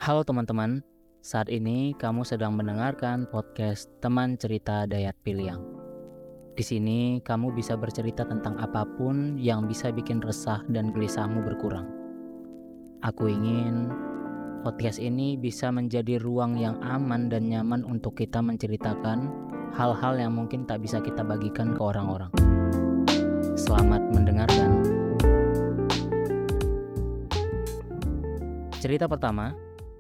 Halo teman-teman, saat ini kamu sedang mendengarkan podcast Teman Cerita Dayat Piliang. Di sini kamu bisa bercerita tentang apapun yang bisa bikin resah dan gelisahmu berkurang. Aku ingin podcast ini bisa menjadi ruang yang aman dan nyaman untuk kita menceritakan hal-hal yang mungkin tak bisa kita bagikan ke orang-orang. Selamat mendengarkan. Cerita pertama.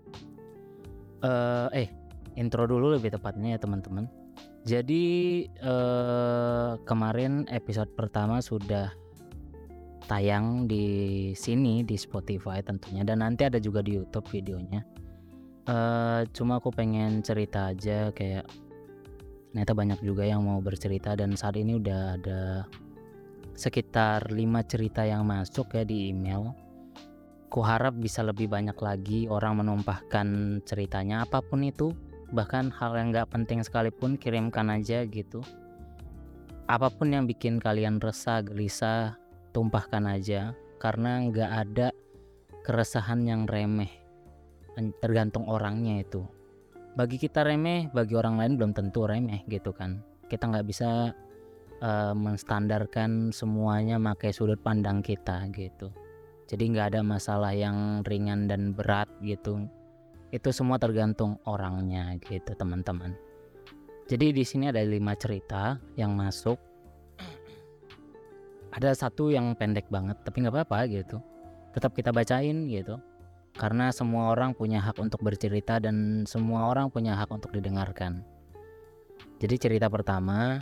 Intro dulu lebih tepatnya ya teman-teman. Jadi kemarin episode pertama sudah tayang di sini di Spotify tentunya, dan nanti ada juga di YouTube videonya. Cuma aku pengen cerita aja, kayak ternyata banyak juga yang mau bercerita, dan saat ini udah ada sekitar 5 cerita yang masuk ya di email. Kuharap bisa lebih banyak lagi orang menumpahkan ceritanya, apapun itu, bahkan hal yang gak penting sekalipun kirimkan aja gitu. Apapun yang bikin kalian resah, gelisah, tumpahkan aja, karena gak ada keresahan yang remeh, tergantung orangnya itu. Bagi kita remeh, bagi orang lain belum tentu remeh gitu kan. Kita gak bisa menstandarkan semuanya pakai sudut pandang kita gitu. Jadi nggak ada masalah yang ringan dan berat gitu. Itu semua tergantung orangnya gitu teman-teman. Jadi di sini ada 5 cerita yang masuk. Ada satu yang pendek banget, tapi nggak apa-apa gitu. Tetap kita bacain gitu. Karena semua orang punya hak untuk bercerita dan semua orang punya hak untuk didengarkan. Jadi cerita pertama,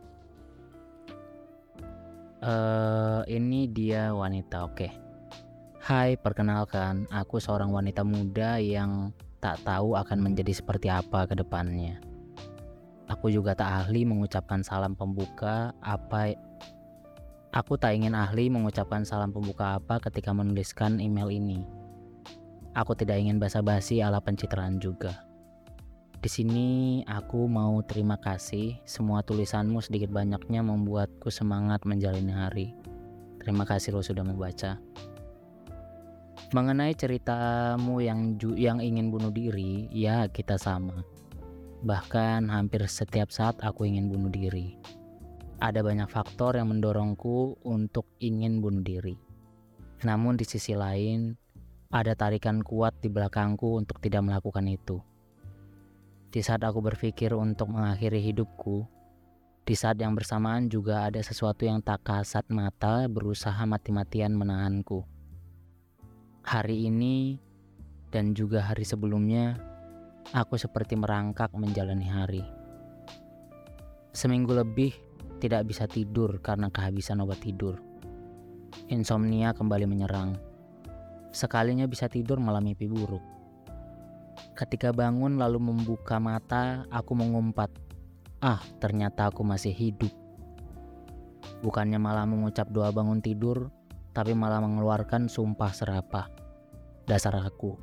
ini dia wanita, oke. Hai, perkenalkan, aku seorang wanita muda yang tak tahu akan menjadi seperti apa ke depannya. Aku juga tak ahli mengucapkan salam pembuka Aku tak ingin ahli mengucapkan salam pembuka apa ketika menuliskan email ini. Aku tidak ingin basa-basi ala pencitraan juga. Di sini aku mau terima kasih, semua tulisanmu sedikit banyaknya membuatku semangat menjalani hari. Terima kasih lo sudah membaca. Mengenai ceritamu yang ingin bunuh diri, ya kita sama. Bahkan hampir setiap saat aku ingin bunuh diri. Ada banyak faktor yang mendorongku untuk ingin bunuh diri. Namun di sisi lain, ada tarikan kuat di belakangku untuk tidak melakukan itu. Di saat aku berpikir untuk mengakhiri hidupku, di saat yang bersamaan juga ada sesuatu yang tak kasat mata berusaha mati-matian menahanku. Hari ini dan juga hari sebelumnya, aku seperti merangkak menjalani hari. Seminggu lebih tidak bisa tidur karena kehabisan obat tidur. Insomnia kembali menyerang. Sekalinya bisa tidur malah mimpi buruk. Ketika bangun lalu membuka mata, aku mengumpat, ternyata aku masih hidup. Bukannya malah mengucap doa bangun tidur, tapi malah mengeluarkan sumpah serapah. Dasar aku.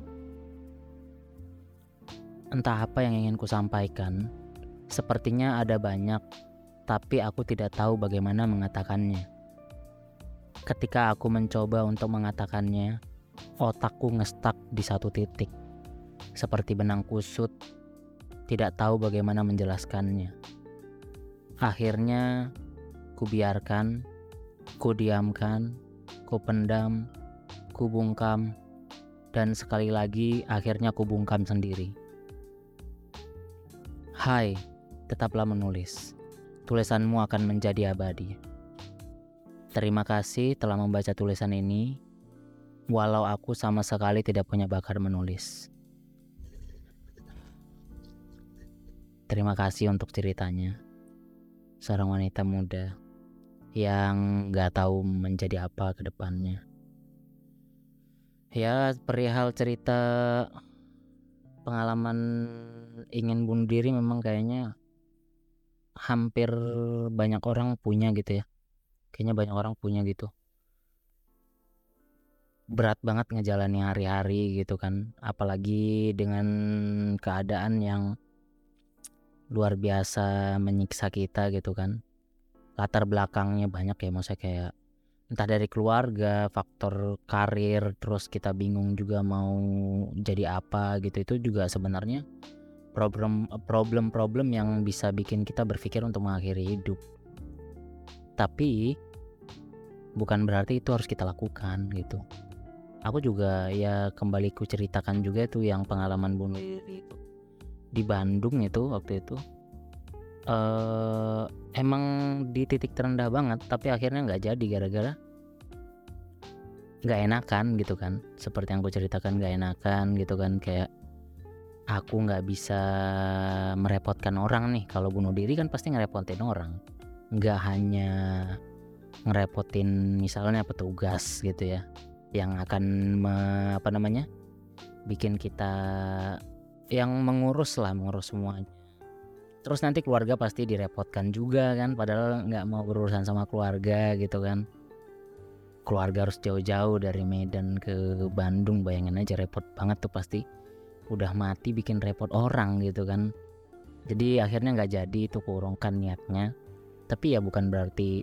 Entah apa yang ingin ku sampaikan, sepertinya ada banyak, tapi aku tidak tahu bagaimana mengatakannya. Ketika aku mencoba untuk mengatakannya, otakku ngestak di satu titik, seperti benang kusut, tidak tahu bagaimana menjelaskannya. Akhirnya, ku biarkan, ku diamkan, ku pendam, ku bungkam, dan sekali lagi akhirnya ku bungkam sendiri. Hai, tetaplah menulis. Tulisanmu akan menjadi abadi. Terima kasih telah membaca tulisan ini, walau aku sama sekali tidak punya bakat menulis. Terima kasih untuk ceritanya. Seorang wanita muda yang gak tahu menjadi apa ke depannya. Ya, perihal cerita pengalaman ingin bunuh diri memang kayaknya hampir banyak orang punya gitu ya. Kayaknya banyak orang punya gitu. Berat banget ngejalani hari-hari gitu kan. Apalagi dengan keadaan yang luar biasa menyiksa kita gitu kan. Latar belakangnya banyak ya, maksudnya kayak entah dari keluarga, faktor karir, terus kita bingung juga mau jadi apa gitu. Itu juga sebenarnya problem yang bisa bikin kita berpikir untuk mengakhiri hidup. Tapi bukan berarti itu harus kita lakukan gitu. Aku juga ya kembali ku ceritakan juga tuh yang pengalaman bunuh diri itu di Bandung itu waktu itu. Emang di titik terendah banget, tapi akhirnya nggak jadi gara-gara nggak enakan gitu kan. Seperti yang aku ceritakan, nggak enakan gitu kan, kayak aku nggak bisa merepotkan orang nih. Kalau bunuh diri kan pasti ngerepotin orang, nggak hanya ngerepotin misalnya petugas gitu ya, yang akan bikin kita yang mengurus semuanya. Terus nanti keluarga pasti direpotkan juga kan, padahal nggak mau berurusan sama keluarga gitu kan. Keluarga harus jauh-jauh dari Medan ke Bandung, bayangin aja repot banget tuh pasti. Udah mati bikin repot orang gitu kan. Jadi akhirnya nggak jadi, itu kurungkan niatnya. Tapi ya bukan berarti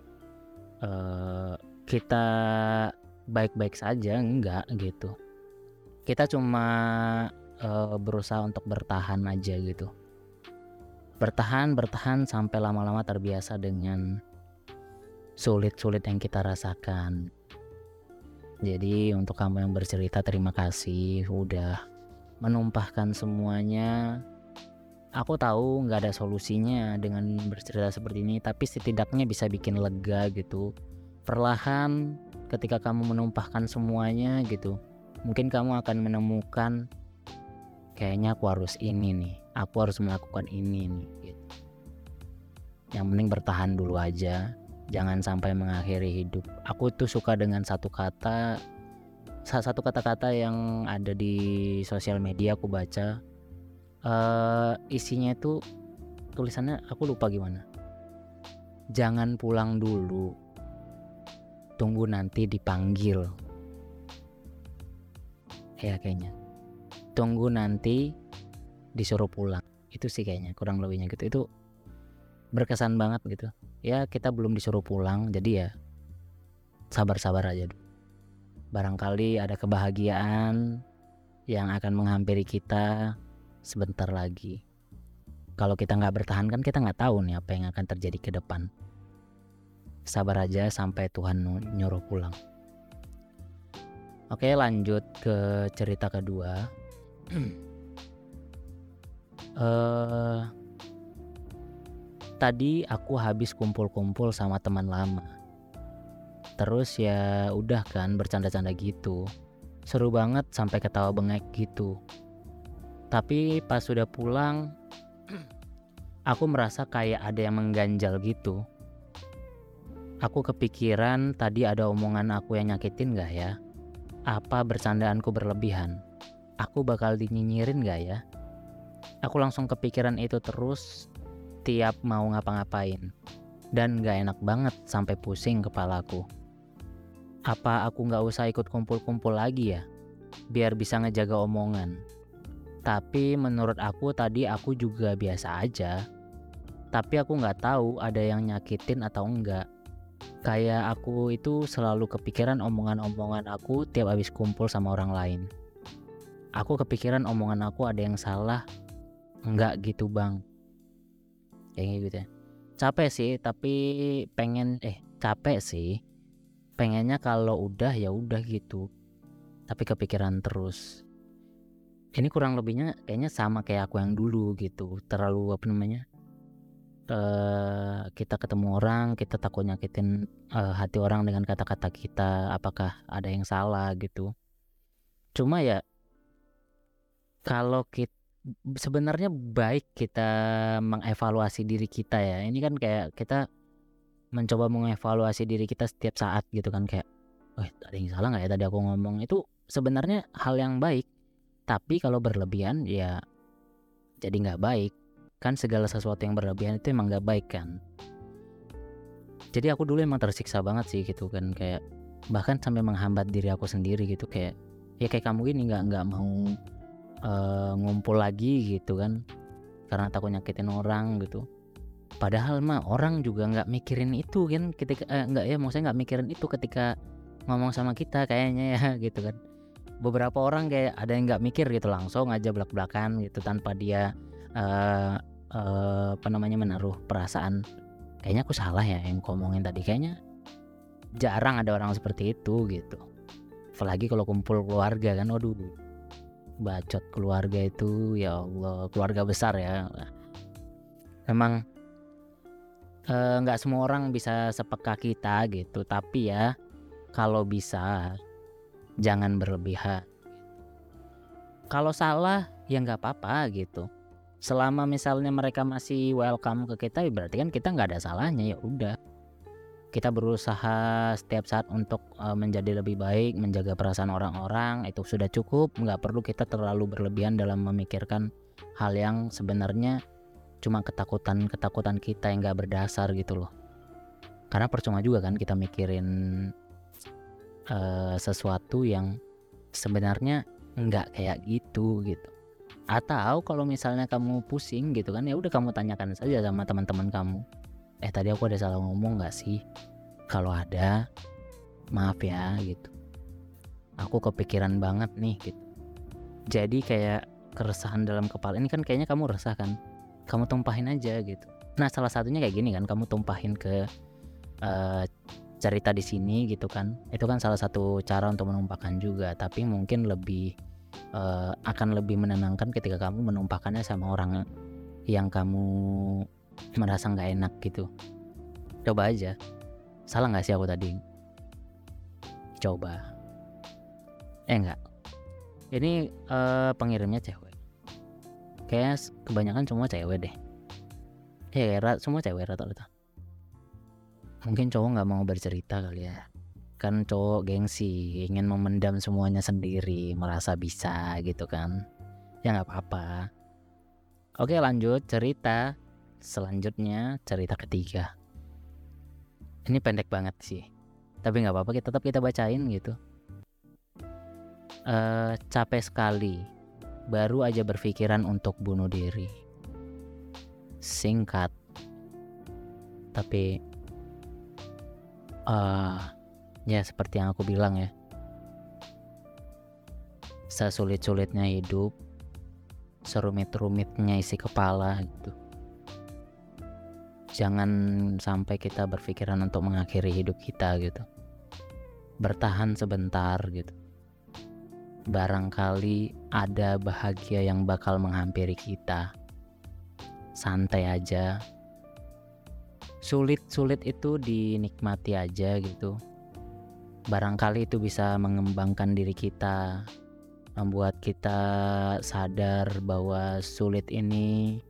kita baik-baik saja, enggak gitu. Kita cuma berusaha untuk bertahan aja gitu. Bertahan sampai lama-lama terbiasa dengan sulit-sulit yang kita rasakan. Jadi untuk kamu yang bercerita, terima kasih udah menumpahkan semuanya. Aku tahu gak ada solusinya dengan bercerita seperti ini, tapi setidaknya bisa bikin lega gitu. Perlahan ketika kamu menumpahkan semuanya gitu, mungkin kamu akan menemukan kayaknya aku harus ini nih, aku harus melakukan ini nih gitu. Yang penting bertahan dulu aja, jangan sampai mengakhiri hidup. Aku tuh suka dengan salah satu kata-kata yang ada di sosial media aku baca. Isinya itu tulisannya aku lupa gimana. Jangan pulang dulu, tunggu nanti dipanggil. Ya kayaknya tunggu nanti disuruh pulang, itu sih kayaknya kurang lebihnya gitu. Itu berkesan banget gitu ya. Kita belum disuruh pulang, jadi ya sabar-sabar aja dulu. Barangkali ada kebahagiaan yang akan menghampiri kita sebentar lagi. Kalau kita nggak bertahan kan kita nggak tahu nih apa yang akan terjadi ke depan. Sabar aja sampai Tuhan nyuruh pulang. Oke, lanjut ke cerita kedua. Tadi aku habis kumpul-kumpul sama teman lama. Terus ya udah kan bercanda-canda gitu. Seru banget sampai ketawa bengek gitu. Tapi pas sudah pulang, aku merasa kayak ada yang mengganjal gitu. Aku kepikiran tadi ada omongan aku yang nyakitin gak ya? Apa bercandaanku berlebihan? Aku bakal dinyinyirin gak ya? Aku langsung kepikiran itu terus tiap mau ngapa-ngapain. Dan gak enak banget sampai pusing kepalaku. Apa aku gak usah ikut kumpul-kumpul lagi ya? Biar bisa ngejaga omongan. Tapi menurut aku tadi aku juga biasa aja. Tapi aku gak tahu ada yang nyakitin atau enggak. Kayak aku itu selalu kepikiran omongan-omongan aku tiap habis kumpul sama orang lain. Aku kepikiran omongan aku ada yang salah. Enggak gitu bang. Kayak gitu ya. Capek sih, tapi capek sih. Pengennya kalau udah ya udah gitu. Tapi kepikiran terus. Ini kurang lebihnya kayaknya sama kayak aku yang dulu gitu. Terlalu kita ketemu orang, kita takut nyakitin hati orang dengan kata-kata kita. Apakah ada yang salah gitu. Cuma ya kalau kita sebenarnya baik kita mengevaluasi diri kita ya. Ini kan kayak kita mencoba mengevaluasi diri kita setiap saat gitu kan, kayak ada yang salah gak ya tadi aku ngomong. Itu sebenarnya hal yang baik. Tapi kalau berlebihan ya jadi gak baik. Kan segala sesuatu yang berlebihan itu emang gak baik kan. Jadi aku dulu emang tersiksa banget sih gitu kan, kayak bahkan sampai menghambat diri aku sendiri gitu, kayak ya kayak kamu gini gak mau ngumpul lagi gitu kan, karena takut nyakitin orang gitu. Padahal mah orang juga nggak mikirin itu kan ketika nggak ya, maksudnya nggak mikirin itu ketika ngomong sama kita kayaknya ya gitu kan. Beberapa orang kayak ada yang nggak mikir gitu, langsung aja belak-belakan gitu tanpa dia eh menaruh perasaan. Kayaknya aku salah ya yang ngomongin tadi, kayaknya jarang ada orang seperti itu gitu. Apalagi kalau kumpul keluarga kan, waduh, bacot keluarga itu, ya Allah, keluarga besar ya. Memang nggak semua orang bisa sepeka kita gitu, tapi ya kalau bisa jangan berlebihan. Kalau salah ya nggak apa-apa gitu. Selama misalnya mereka masih welcome ke kita, ya berarti kan kita nggak ada salahnya. Ya udah, kita berusaha setiap saat untuk menjadi lebih baik, menjaga perasaan orang-orang, itu sudah cukup. Nggak perlu kita terlalu berlebihan dalam memikirkan hal yang sebenarnya cuma ketakutan kita yang nggak berdasar gitu loh. Karena percuma juga kan kita mikirin sesuatu yang sebenarnya nggak kayak gitu. Atau kalau misalnya kamu pusing gitu kan, ya udah kamu tanyakan saja sama teman-teman kamu. Tadi aku ada salah ngomong nggak sih? Kalau ada, maaf ya gitu. Aku kepikiran banget nih gitu. Jadi kayak keresahan dalam kepala ini kan kayaknya kamu resah kan? Kamu tumpahin aja gitu. Nah, salah satunya kayak gini kan, kamu tumpahin ke cerita di sini gitu kan. Itu kan salah satu cara untuk menumpahkan juga, tapi mungkin lebih akan lebih menenangkan ketika kamu menumpahkannya sama orang yang kamu merasa nggak enak gitu. Coba aja. Salah nggak sih aku tadi? Coba. Enggak. Ini pengirimnya cewek. Kayaknya kebanyakan semua cewek deh. Semua cewek rata-rata. Mungkin cowok nggak mau bercerita kali ya. Kan cowok gengsi, ingin memendam semuanya sendiri, merasa bisa gitu kan. Ya nggak apa-apa. Oke, lanjut cerita selanjutnya, cerita ketiga. Ini pendek banget sih, tapi nggak apa-apa, kita bacain gitu. Capek sekali, baru aja berpikiran untuk bunuh diri. Singkat, tapi ya seperti yang aku bilang ya, sesulit-sulitnya hidup, serumit-rumitnya isi kepala gitu, jangan sampai kita berpikiran untuk mengakhiri hidup kita gitu. Bertahan sebentar gitu, barangkali ada bahagia yang bakal menghampiri kita. Santai aja, sulit itu dinikmati aja gitu. Barangkali itu bisa mengembangkan diri kita, membuat kita sadar bahwa sulit ini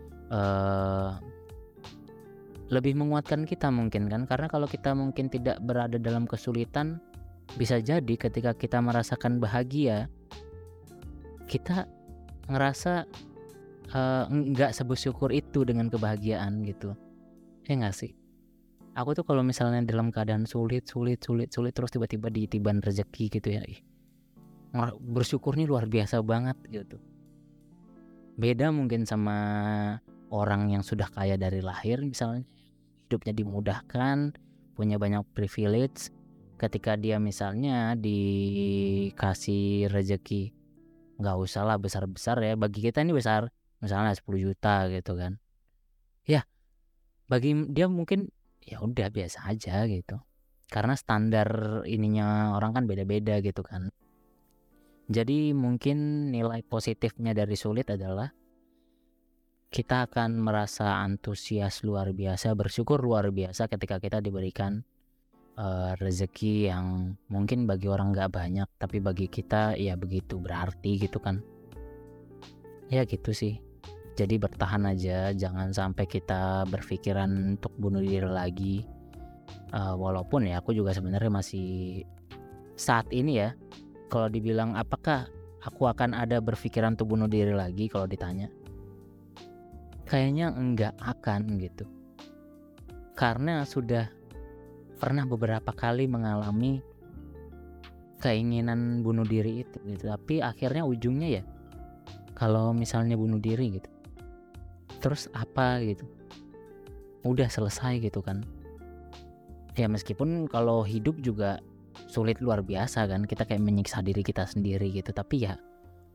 lebih menguatkan kita mungkin kan. Karena kalau kita mungkin tidak berada dalam kesulitan, bisa jadi ketika kita merasakan bahagia, kita ngerasa nggak sebersyukur itu dengan kebahagiaan gitu. Nggak sih? Aku tuh kalau misalnya dalam keadaan sulit terus tiba-tiba ditiban rezeki gitu ya, bersyukurnya luar biasa banget gitu. Beda mungkin sama orang yang sudah kaya dari lahir misalnya, hidupnya dimudahkan, punya banyak privilege. Ketika dia misalnya dikasih rezeki, nggak usah lah besar-besar ya, bagi kita ini besar, misalnya 10 juta gitu kan, ya bagi dia mungkin ya udah biasa aja gitu, karena standar ininya orang kan beda-beda gitu kan. Jadi mungkin nilai positifnya dari sulit adalah kita akan merasa antusias luar biasa, bersyukur luar biasa ketika kita diberikan rezeki yang mungkin bagi orang gak banyak, tapi bagi kita ya begitu berarti gitu kan. Ya gitu sih. Jadi bertahan aja, jangan sampai kita berpikiran untuk bunuh diri lagi. Walaupun ya aku juga sebenarnya masih saat ini ya, kalau dibilang apakah aku akan ada berpikiran untuk bunuh diri lagi, kalau ditanya, kayaknya enggak akan gitu. Karena sudah pernah beberapa kali mengalami keinginan bunuh diri itu gitu. Tapi akhirnya ujungnya ya, kalau misalnya bunuh diri gitu, terus apa gitu, udah selesai gitu kan. Ya meskipun kalau hidup juga sulit luar biasa kan, kita kayak menyiksa diri kita sendiri gitu, tapi ya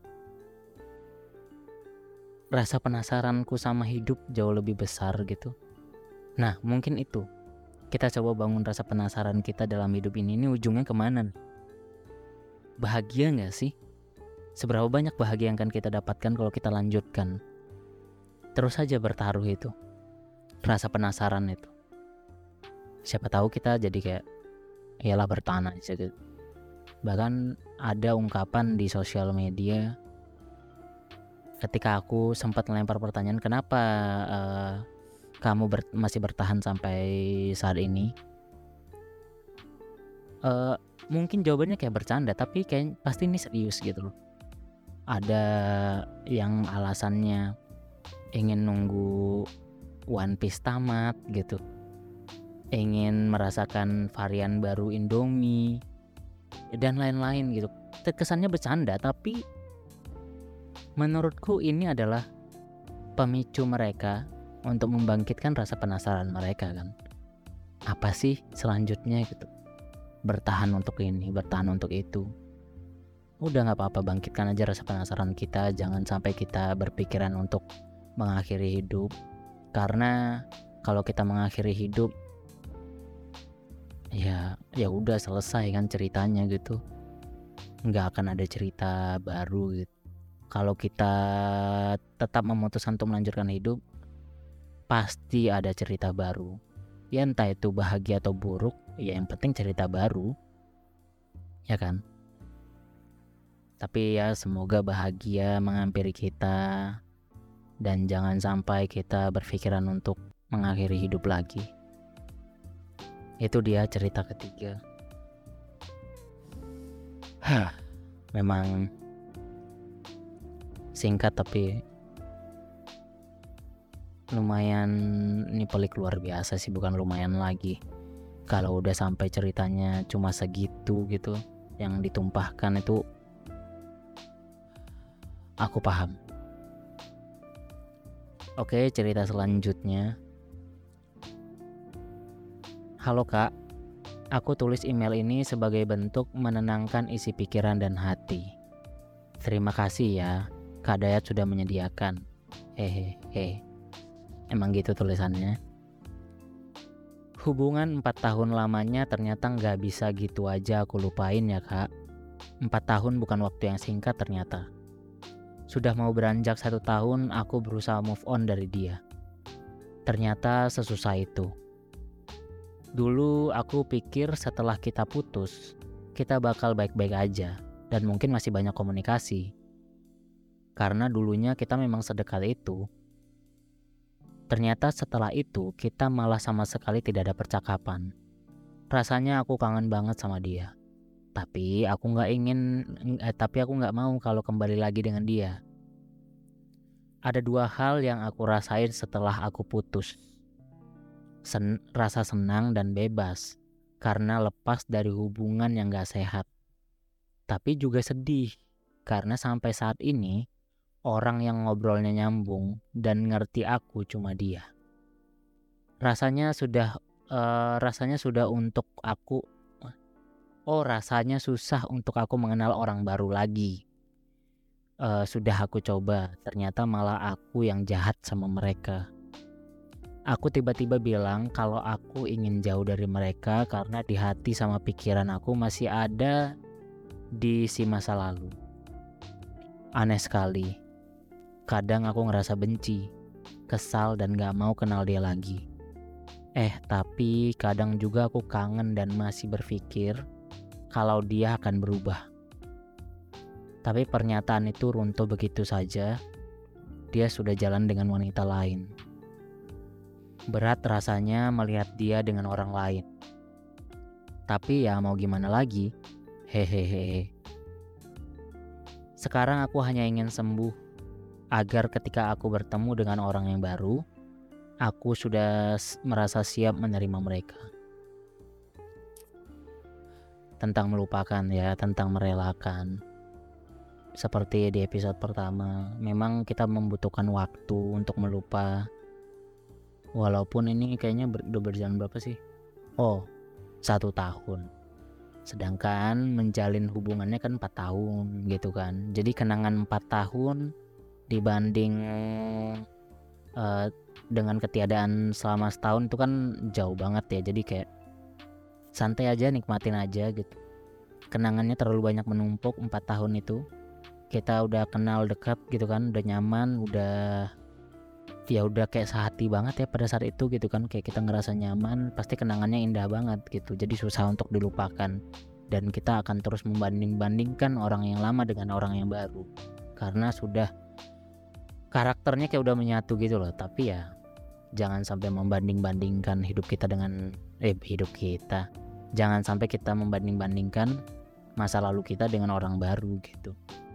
rasa penasaranku sama hidup jauh lebih besar gitu. Nah mungkin itu, kita coba bangun rasa penasaran kita dalam hidup ini ujungnya kemana nih? Bahagia gak sih? Seberapa banyak bahagia yang akan kita dapatkan kalau kita lanjutkan terus saja bertaruh itu, rasa penasaran itu. Siapa tahu kita jadi kayak iyalah bertahan aja gitu. Bahkan ada ungkapan di sosial media ketika aku sempat melempar pertanyaan, kenapa kamu masih bertahan sampai saat ini? Mungkin jawabannya kayak bercanda, tapi kayak pasti ini serius gitu loh. Ada yang alasannya ingin nunggu One Piece tamat gitu, ingin merasakan varian baru Indomie dan lain-lain gitu. Kesannya bercanda, tapi menurutku ini adalah pemicu mereka untuk membangkitkan rasa penasaran mereka kan. Apa sih selanjutnya gitu? Bertahan untuk ini, bertahan untuk itu. Udah gak apa-apa, bangkitkan aja rasa penasaran kita. Jangan sampai kita berpikiran untuk mengakhiri hidup. Karena kalau kita mengakhiri hidup, ya udah selesai kan ceritanya gitu. Nggak akan ada cerita baru gitu. Kalau kita tetap memutuskan untuk melanjutkan hidup, pasti ada cerita baru. Ya entah itu bahagia atau buruk, ya yang penting cerita baru, ya kan? Tapi ya semoga bahagia menghampiri kita, dan jangan sampai kita berpikiran untuk mengakhiri hidup lagi. Itu dia cerita ketiga. Memang singkat tapi lumayan, ini pelik luar biasa sih, bukan lumayan lagi. Kalau udah sampai ceritanya cuma segitu gitu yang ditumpahkan itu, aku paham. Oke, cerita selanjutnya. Halo Kak, aku tulis email ini sebagai bentuk menenangkan isi pikiran dan hati. Terima kasih ya, Kak Dayat sudah menyediakan. Hehehe. Emang gitu tulisannya. Hubungan 4 tahun lamanya ternyata gak bisa gitu aja aku lupain ya Kak. 4 tahun bukan waktu yang singkat ternyata. Sudah mau beranjak 1 tahun aku berusaha move on dari dia. Ternyata sesusah itu. Dulu aku pikir setelah kita putus, kita bakal baik-baik aja dan mungkin masih banyak komunikasi. Karena dulunya kita memang sedekat itu. Ternyata setelah itu kita malah sama sekali tidak ada percakapan. Rasanya aku kangen banget sama dia. Tapi aku nggak mau kalau kembali lagi dengan dia. Ada 2 hal yang aku rasain setelah aku putus. Rasa senang dan bebas karena lepas dari hubungan yang gak sehat. Tapi juga sedih karena sampai saat ini orang yang ngobrolnya nyambung dan ngerti aku cuma dia. Rasanya susah untuk aku mengenal orang baru lagi. Sudah aku coba, ternyata malah aku yang jahat sama mereka. Aku tiba-tiba bilang kalau aku ingin jauh dari mereka karena di hati sama pikiran aku masih ada di si masa lalu. Aneh sekali. Kadang aku ngerasa benci, kesal dan gak mau kenal dia lagi. Tapi kadang juga aku kangen dan masih berpikir kalau dia akan berubah. Tapi pernyataan itu runtuh begitu saja. Dia sudah jalan dengan wanita lain. Berat rasanya melihat dia dengan orang lain. Tapi ya mau gimana lagi? Hehehe. Sekarang aku hanya ingin sembuh agar ketika aku bertemu dengan orang yang baru, aku sudah merasa siap menerima mereka. Tentang melupakan ya, tentang merelakan. Seperti di episode pertama, memang kita membutuhkan waktu untuk melupa. Walaupun ini kayaknya udah berjalan berapa sih? Oh, 1 tahun. Sedangkan menjalin hubungannya kan 4 tahun gitu kan. Jadi kenangan 4 tahun dibanding dengan ketiadaan selama setahun itu kan jauh banget ya. Jadi kayak santai aja, nikmatin aja gitu. Kenangannya terlalu banyak menumpuk 4 tahun itu. Kita udah kenal dekat gitu kan, udah nyaman, udah kayak sehati banget ya pada saat itu gitu kan. Kayak kita ngerasa nyaman, pasti kenangannya indah banget gitu. Jadi susah untuk dilupakan. Dan kita akan terus membanding-bandingkan orang yang lama dengan orang yang baru. Karena sudah karakternya kayak udah menyatu gitu loh. Tapi ya jangan sampai membanding-bandingkan hidup kita dengan jangan sampai kita membanding-bandingkan masa lalu kita dengan orang baru gitu.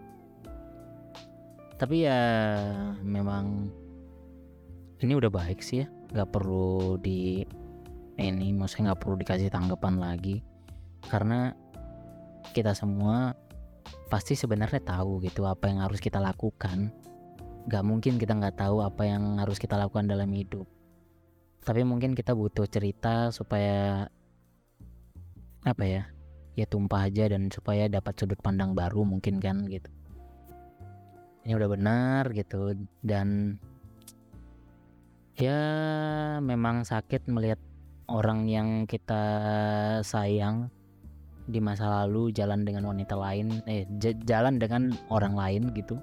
Tapi ya memang ini udah baik sih ya, nggak perlu maksudnya nggak perlu dikasih tanggapan lagi, karena kita semua pasti sebenarnya tahu gitu apa yang harus kita lakukan. Gak mungkin kita nggak tahu apa yang harus kita lakukan dalam hidup. Tapi mungkin kita butuh cerita supaya ya tumpah aja, dan supaya dapat sudut pandang baru mungkin kan gitu. Ini udah benar gitu. Dan ya memang sakit melihat orang yang kita sayang di masa lalu jalan dengan wanita lain, jalan dengan orang lain gitu.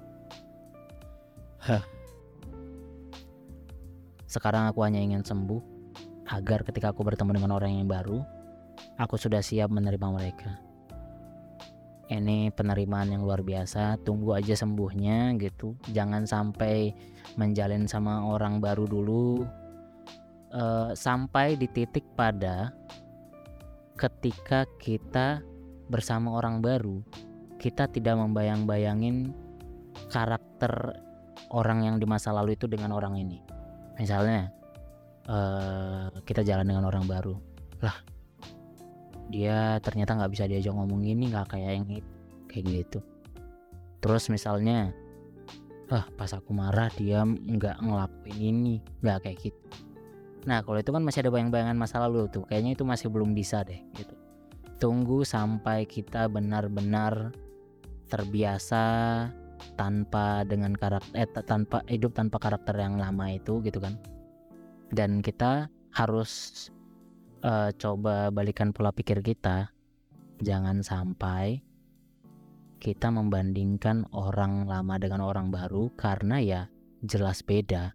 Sekarang aku hanya ingin sembuh, agar ketika aku bertemu dengan orang yang baru, aku sudah siap menerima mereka. Ini penerimaan yang luar biasa. Tunggu aja sembuhnya gitu. Jangan sampai menjalin sama orang baru dulu, sampai di titik pada ketika kita bersama orang baru, kita tidak membayang-bayangin karakter orang yang di masa lalu itu dengan orang ini. Misalnya kita jalan dengan orang baru, lah dia ternyata nggak bisa diajak ngomong gini, nggak kayak yang itu, kayak gitu. Terus misalnya pas aku marah dia nggak ngelakuin ini, nggak kayak gitu. Nah kalau itu kan masih ada bayang-bayangan masa lalu tuh, kayaknya itu masih belum bisa deh gitu. Tunggu sampai kita benar-benar terbiasa tanpa hidup tanpa karakter yang lama itu gitu kan. Dan kita harus coba balikan pola pikir kita. Jangan sampai kita membandingkan orang lama dengan orang baru, karena ya jelas beda.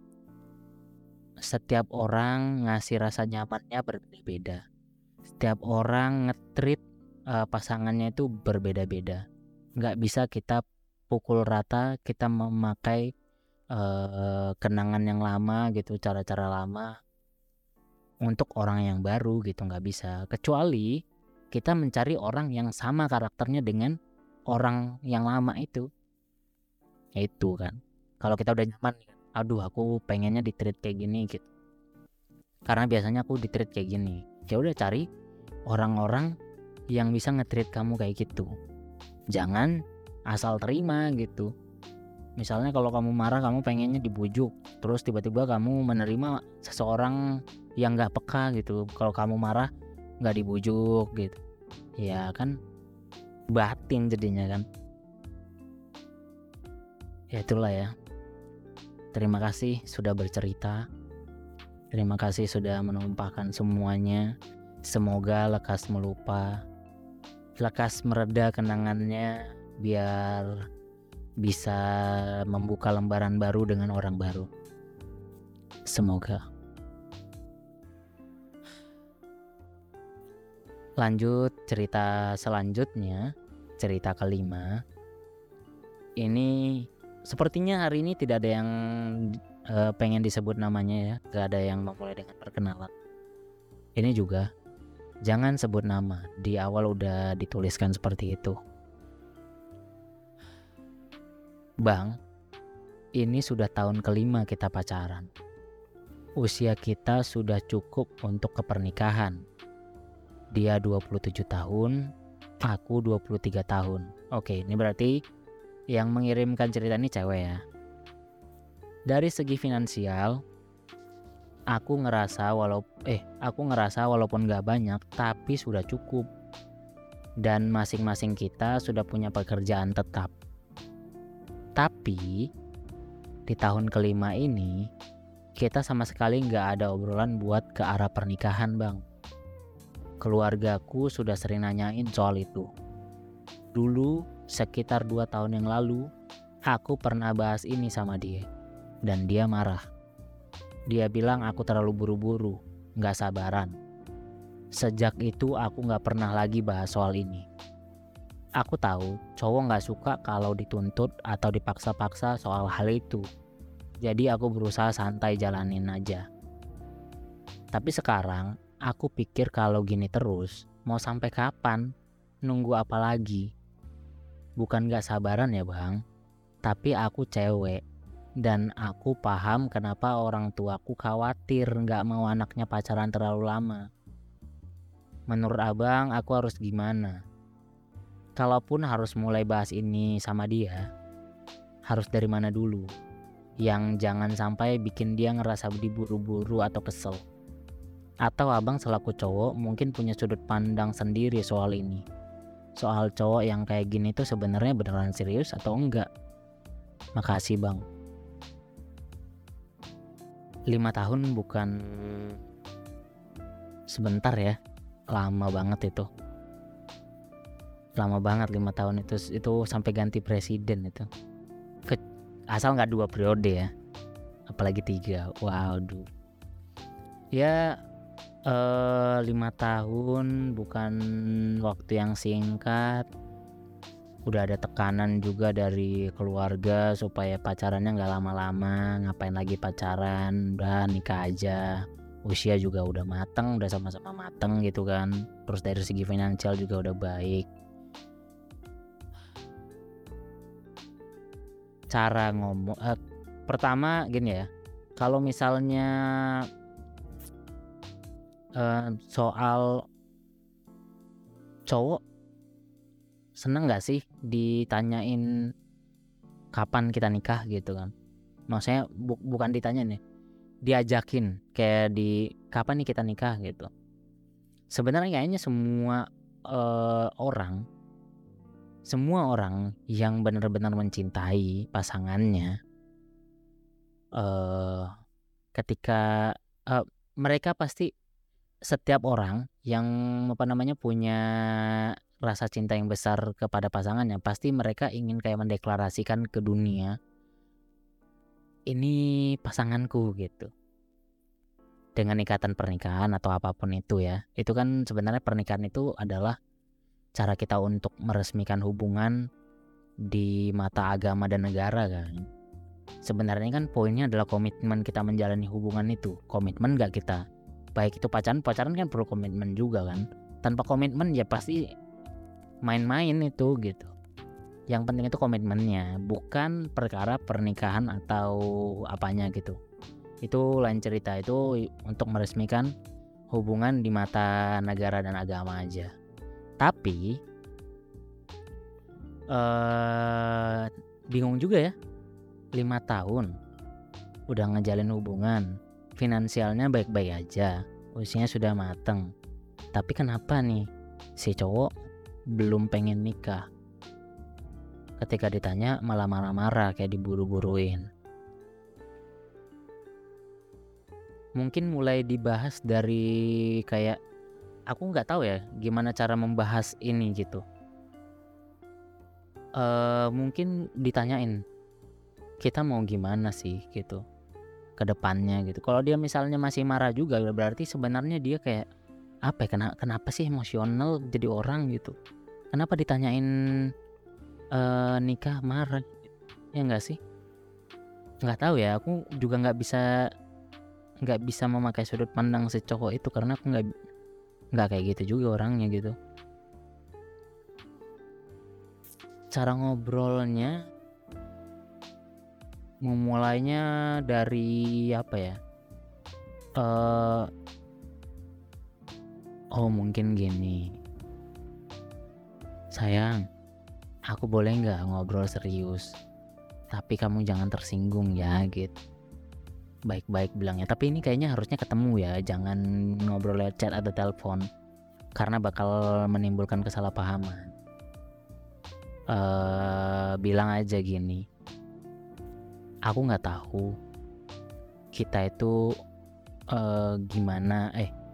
Setiap orang ngasih rasa nyamannya berbeda-beda. Setiap orang nge-treat pasangannya itu berbeda-beda. Nggak bisa kita pukul rata, kita memakai kenangan yang lama gitu, cara-cara lama untuk orang yang baru gitu, nggak bisa. Kecuali kita mencari orang yang sama karakternya dengan orang yang lama itu. Itu kan. Kalau kita udah nyaman, aduh aku pengennya di-treat kayak gini gitu. Karena biasanya aku di-treat kayak gini. Ya udah cari orang-orang yang bisa nge-treat kamu kayak gitu. Jangan asal terima gitu. Misalnya kalau kamu marah, kamu pengennya dibujuk, terus tiba-tiba kamu menerima seseorang yang gak peka gitu. Kalau kamu marah gak dibujuk gitu, ya kan batin jadinya kan. Ya itulah ya. Terima kasih sudah bercerita. Terima kasih sudah menumpahkan semuanya. Semoga lekas melupa, lekas mereda kenangannya, biar bisa membuka lembaran baru dengan orang baru. Semoga. Lanjut cerita selanjutnya, cerita kelima. Ini sepertinya hari ini tidak ada yang pengen disebut namanya ya, gak ada yang memulai dengan perkenalan. Ini juga jangan sebut nama, di awal udah dituliskan seperti itu. Bang, ini sudah tahun kelima kita pacaran. Usia kita sudah cukup untuk kepernikahan. Dia 27 tahun, aku 23 tahun. Oke, ini berarti yang mengirimkan cerita ini cewek ya. Dari segi finansial, aku ngerasa walaupun gak banyak tapi sudah cukup, dan masing-masing kita sudah punya pekerjaan tetap. Tapi di tahun kelima ini kita sama sekali gak ada obrolan buat ke arah pernikahan, Bang. Keluargaku sudah sering nanyain soal itu. Dulu sekitar 2 tahun yang lalu aku pernah bahas ini sama dia, dan dia marah. Dia bilang aku terlalu buru-buru, gak sabaran. Sejak itu aku gak pernah lagi bahas soal ini. Aku tahu cowok gak suka kalau dituntut atau dipaksa-paksa soal hal itu. Jadi aku berusaha santai jalanin aja. Tapi sekarang aku pikir kalau gini terus, mau sampai kapan? Nunggu apa lagi? Bukan gak sabaran ya Bang, tapi aku cewek. Dan aku paham kenapa orang tuaku khawatir gak mau anaknya pacaran terlalu lama. Menurut abang aku harus gimana? Kalaupun harus mulai bahas ini sama dia, harus dari mana dulu? Yang jangan sampai bikin dia ngerasa diburu-buru atau kesel. Atau abang selaku cowok mungkin punya sudut pandang sendiri soal ini. Soal cowok yang kayak gini tuh sebenarnya beneran serius atau enggak? Makasih Bang. 5 tahun bukan sebentar ya, lama banget itu. Lama banget 5 tahun itu sampai ganti presiden itu. Asal nggak 2 periode ya, apalagi 3. Waduh. Ya 5 tahun bukan waktu yang singkat. Udah ada tekanan juga dari keluarga supaya pacarannya gak lama-lama, ngapain lagi pacaran, udah nikah aja. Usia juga udah mateng, udah sama-sama mateng gitu kan. Terus dari segi finansial juga udah baik. Cara ngomong pertama gini ya, kalau misalnya soal cowok seneng gak sih ditanyain kapan kita nikah gitu kan? Maksudnya bukan ditanyain ya, diajakin kayak di kapan nih kita nikah gitu. Sebenarnya kayaknya semua orang yang benar-benar mencintai pasangannya, ketika mereka pasti, setiap orang yang punya rasa cinta yang besar kepada pasangannya, pasti mereka ingin kayak mendeklarasikan ke dunia, ini pasanganku gitu, dengan ikatan pernikahan atau apapun itu ya. Itu kan sebenarnya pernikahan itu adalah cara kita untuk meresmikan hubungan di mata agama dan negara kan. Sebenarnya kan poinnya adalah komitmen kita menjalani hubungan itu. Komitmen gak kita, baik itu pacaran kan perlu komitmen juga kan. Tanpa komitmen ya pasti main-main itu gitu. Yang penting itu komitmennya, bukan perkara pernikahan atau apanya gitu. Itu lain cerita, itu untuk meresmikan hubungan di mata negara dan agama aja. Tapi bingung juga ya, 5 tahun udah ngejalin hubungan, finansialnya baik-baik aja, usianya sudah mateng, tapi kenapa nih si cowok belum pengen nikah? Ketika ditanya malah marah-marah kayak diburu-buruin. Mungkin mulai dibahas dari kayak, aku nggak tahu ya gimana cara membahas ini gitu. Mungkin ditanyain, kita mau gimana sih gitu ke depannya gitu. Kalau dia misalnya masih marah juga, berarti sebenarnya dia kayak apa ya, kenapa sih emosional jadi orang gitu. Kenapa ditanyain nikah marah, ya enggak sih? Nggak tahu ya, aku juga nggak bisa memakai sudut pandang si cowok itu, karena aku nggak kayak gitu juga orangnya gitu. Cara ngobrolnya memulainya dari apa ya? Mungkin gini, sayang, aku boleh nggak ngobrol serius? Tapi kamu jangan tersinggung ya gitu. baik-baik bilangnya, tapi ini kayaknya harusnya ketemu ya, jangan ngobrol lewat chat atau telepon karena bakal menimbulkan kesalahpahaman. Bilang aja gini, aku nggak tahu kita itu gimana.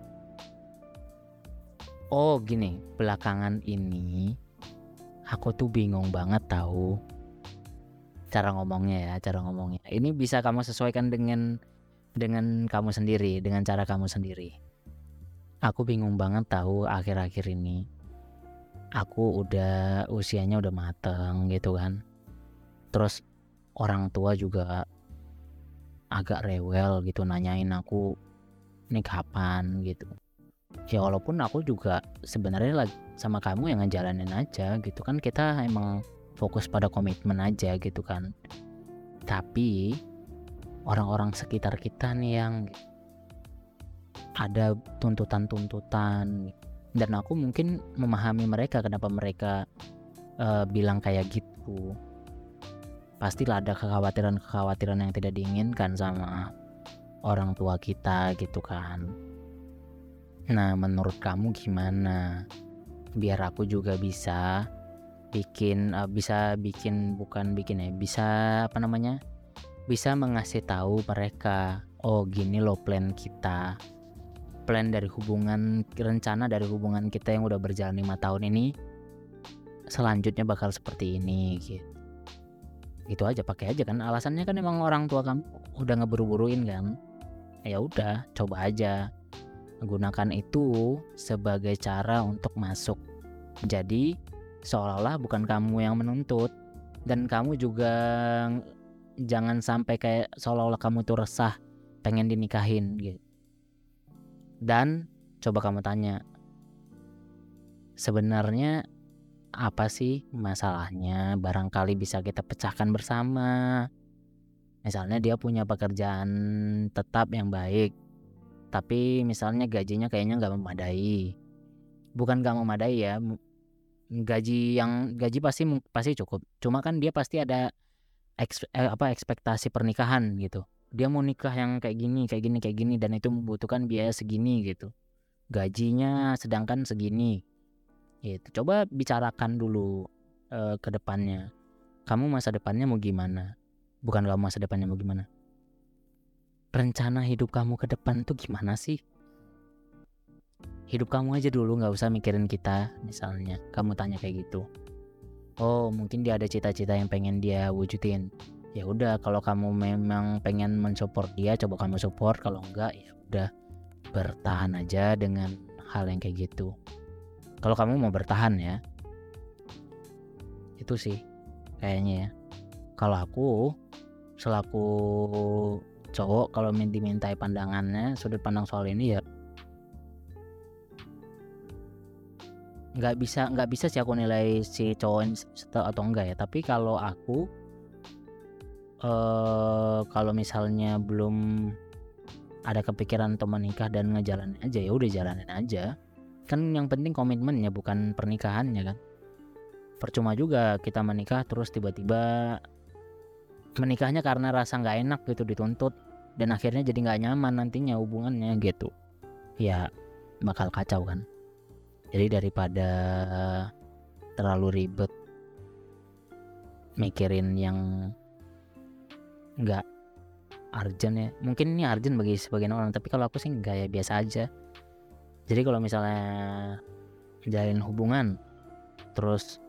Oh gini, belakangan ini aku tuh bingung banget tahu cara ngomongnya. Ini bisa kamu sesuaikan dengan kamu sendiri, dengan cara kamu sendiri. Aku bingung banget tahu akhir-akhir ini. Aku usianya udah mateng gitu kan. Terus orang tua juga agak rewel gitu nanyain aku nih kapan gitu. Ya walaupun aku juga sebenarnya sama kamu yang ngejalanin aja gitu kan, kita emang fokus pada komitmen aja gitu kan. Tapi orang-orang sekitar kita nih yang ada tuntutan-tuntutan, dan aku mungkin memahami mereka kenapa mereka bilang kayak gitu. Pastilah ada kekhawatiran yang tidak diinginkan sama orang tua kita gitu kan. Nah menurut kamu gimana? Biar aku juga bisa bisa mengasih tahu mereka, oh gini loh plan kita, rencana dari hubungan kita yang udah berjalan 5 tahun ini selanjutnya bakal seperti ini gitu aja, pakai aja kan alasannya kan emang orang tua kamu udah ngeburu-buruin kan. Ya udah, coba aja gunakan itu sebagai cara untuk masuk. Jadi seolah-olah bukan kamu yang menuntut, dan kamu juga jangan sampai kayak seolah-olah kamu tuh resah pengen dinikahin gitu. Dan coba kamu tanya, sebenarnya apa sih masalahnya, barangkali bisa kita pecahkan bersama. Misalnya dia punya pekerjaan tetap yang baik, tapi misalnya gajinya kayaknya nggak memadai. Bukan nggak memadai ya, gaji pasti cukup. Cuma kan dia pasti ada ekspektasi pernikahan gitu. Dia mau nikah yang kayak gini, dan itu membutuhkan biaya segini gitu. Gajinya sedangkan segini. Gitu. Coba bicarakan dulu ke depannya. Kamu masa depannya mau gimana? Bukan kamu masa depannya mau gimana. Rencana hidup kamu ke depan tuh gimana sih? Hidup kamu aja dulu, gak usah mikirin kita. Misalnya kamu tanya kayak gitu. Oh mungkin dia ada cita-cita yang pengen dia wujudin. Ya udah, kalau kamu memang pengen mensupport dia, coba kamu support. Kalau enggak ya udah, bertahan aja dengan hal yang kayak gitu. Kalau kamu mau bertahan ya. Itu sih kayaknya ya. Kalau aku selaku cowok, kalau dimintai pandangannya, sudut pandang soal ini ya nggak bisa sih aku nilai si cowok atau enggak ya. Tapi kalau aku kalau misalnya belum ada kepikiran untuk menikah dan ngejalanin aja, ya udah jalanin aja kan. Yang penting komitmennya, bukan pernikahannya kan. Percuma juga kita menikah terus tiba-tiba menikahnya karena rasa nggak enak gitu, dituntut, dan akhirnya jadi nggak nyaman nantinya hubungannya gitu ya, bakal kacau kan. Jadi daripada terlalu ribet mikirin yang nggak urgent ya. Mungkin ini urgent bagi sebagian orang, tapi kalau aku sih nggak, ya biasa aja. Jadi kalau misalnya jalin hubungan terus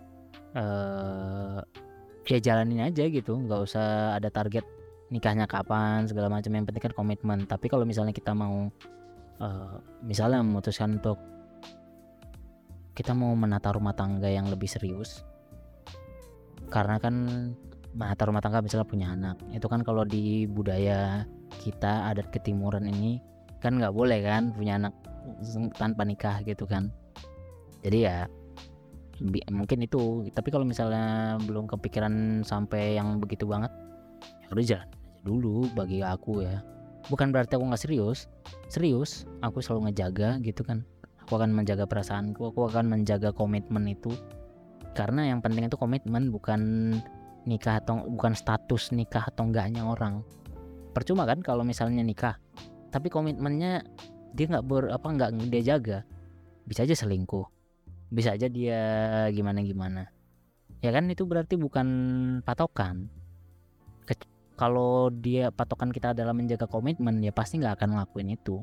ya jalanin aja gitu, nggak usah ada target nikahnya kapan segala macam, yang penting kan komitmen. Tapi kalau misalnya kita mau misalnya memutuskan untuk kita mau menata rumah tangga yang lebih serius, karena kan menata rumah tangga misalnya punya anak, itu kan kalau di budaya kita adat ketimuran ini kan nggak boleh kan punya anak tanpa nikah gitu kan. Jadi ya mungkin itu. Tapi kalau misalnya belum kepikiran sampai yang begitu banget, ya udah jalan aja dulu bagi aku ya. Bukan berarti aku nggak serius, aku selalu ngejaga gitu kan. Aku akan menjaga perasaanku, aku akan menjaga komitmen itu, karena yang penting itu komitmen, bukan nikah atau bukan status nikah atau enggaknya orang. Percuma kan kalau misalnya nikah tapi komitmennya dia nggak dia jaga, bisa aja selingkuh, bisa aja dia gimana ya kan. Itu berarti bukan patokan. Kalau dia patokan kita adalah menjaga komitmen, ya pasti nggak akan ngelakuin itu.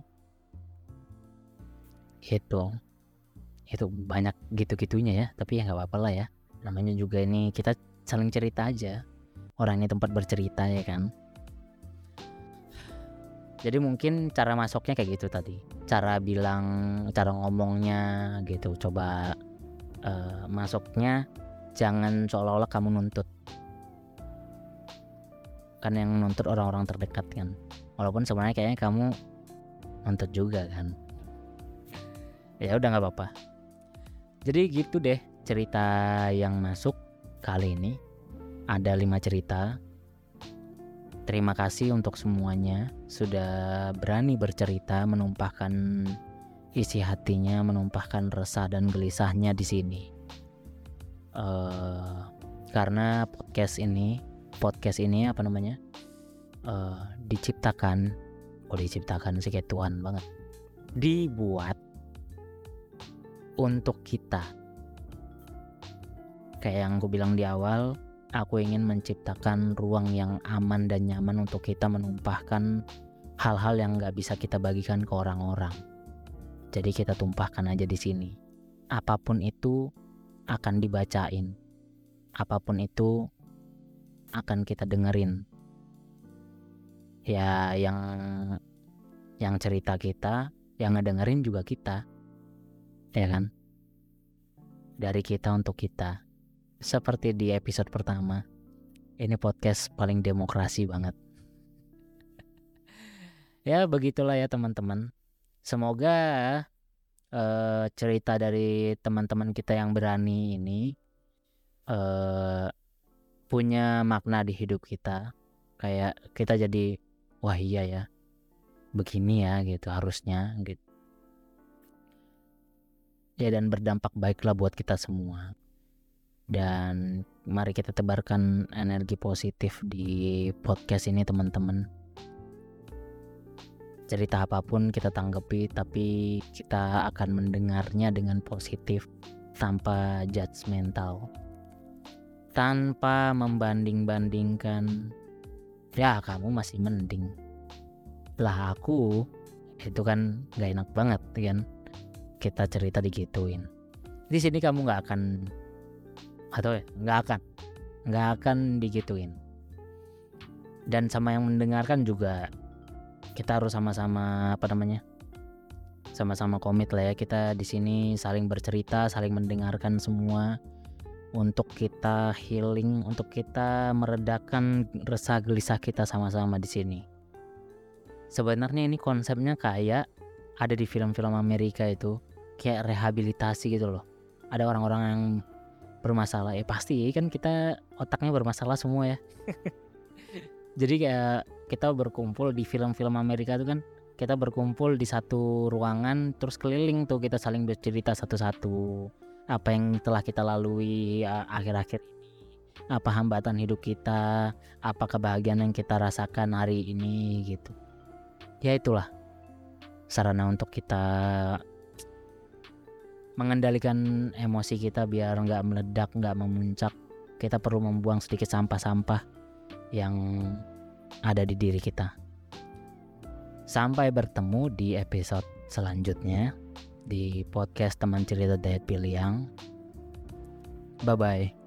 Itu banyak gitu-gitunya ya, tapi ya nggak apa-apa lah ya, namanya juga ini kita saling cerita aja, orang ini tempat bercerita ya kan. Jadi mungkin cara masuknya kayak gitu tadi, cara ngomongnya gitu. Coba masuknya jangan seolah-olah kamu nuntut, kan yang nuntut orang-orang terdekat kan, walaupun sebenarnya kayaknya kamu nuntut juga kan. Ya udah nggak apa-apa. Jadi gitu deh cerita yang masuk kali ini, ada 5 cerita. Terima kasih untuk semuanya sudah berani bercerita, menumpahkan isi hatinya, menumpahkan resah dan gelisahnya di sini. Karena podcast ini apa namanya, diciptakan sih kayak Tuhan banget, dibuat untuk kita. Kayak yang aku bilang di awal, aku ingin menciptakan ruang yang aman dan nyaman untuk kita menumpahkan hal-hal yang gak bisa kita bagikan ke orang-orang. Jadi kita tumpahkan aja di sini. Apapun itu akan dibacain, apapun itu akan kita dengerin. Ya yang cerita kita, yang ngedengerin juga kita, ya kan? Dari kita untuk kita. Seperti di episode pertama, ini podcast paling demokrasi banget. Ya begitulah ya teman-teman. Semoga cerita dari teman-teman kita yang berani ini punya makna di hidup kita. Kayak kita jadi, wah iya ya, begini ya gitu harusnya gitu. Ya dan berdampak baiklah buat kita semua. Dan mari kita tebarkan energi positif di podcast ini teman-teman. Cerita apapun kita tanggapi, tapi kita akan mendengarnya dengan positif, tanpa judgmental, tanpa membanding-bandingkan. Ya kamu masih mending, lah aku itu kan gak enak banget kan kita cerita digituin. Di sini kamu nggak akan digituin. Dan sama yang mendengarkan juga kita harus sama-sama sama-sama komit lah ya. Kita di sini saling bercerita, saling mendengarkan semua, untuk kita healing, untuk kita meredakan resah gelisah kita sama-sama di sini. Sebenarnya ini konsepnya kayak ada di film-film Amerika itu, kayak rehabilitasi gitu loh. Ada orang-orang yang bermasalah, pasti kan kita otaknya bermasalah semua ya. Jadi kayak kita berkumpul di film-film Amerika itu kan, kita berkumpul di satu ruangan, terus keliling tuh kita saling bercerita satu-satu apa yang telah kita lalui akhir-akhir ini, apa hambatan hidup kita, apa kebahagiaan yang kita rasakan hari ini gitu. Ya itulah sarana untuk kita mengendalikan emosi kita biar gak meledak, gak memuncak. Kita perlu membuang sedikit sampah-sampah yang ada di diri kita. Sampai bertemu di episode selanjutnya di podcast Teman Cerita Diet Piliang. Bye bye.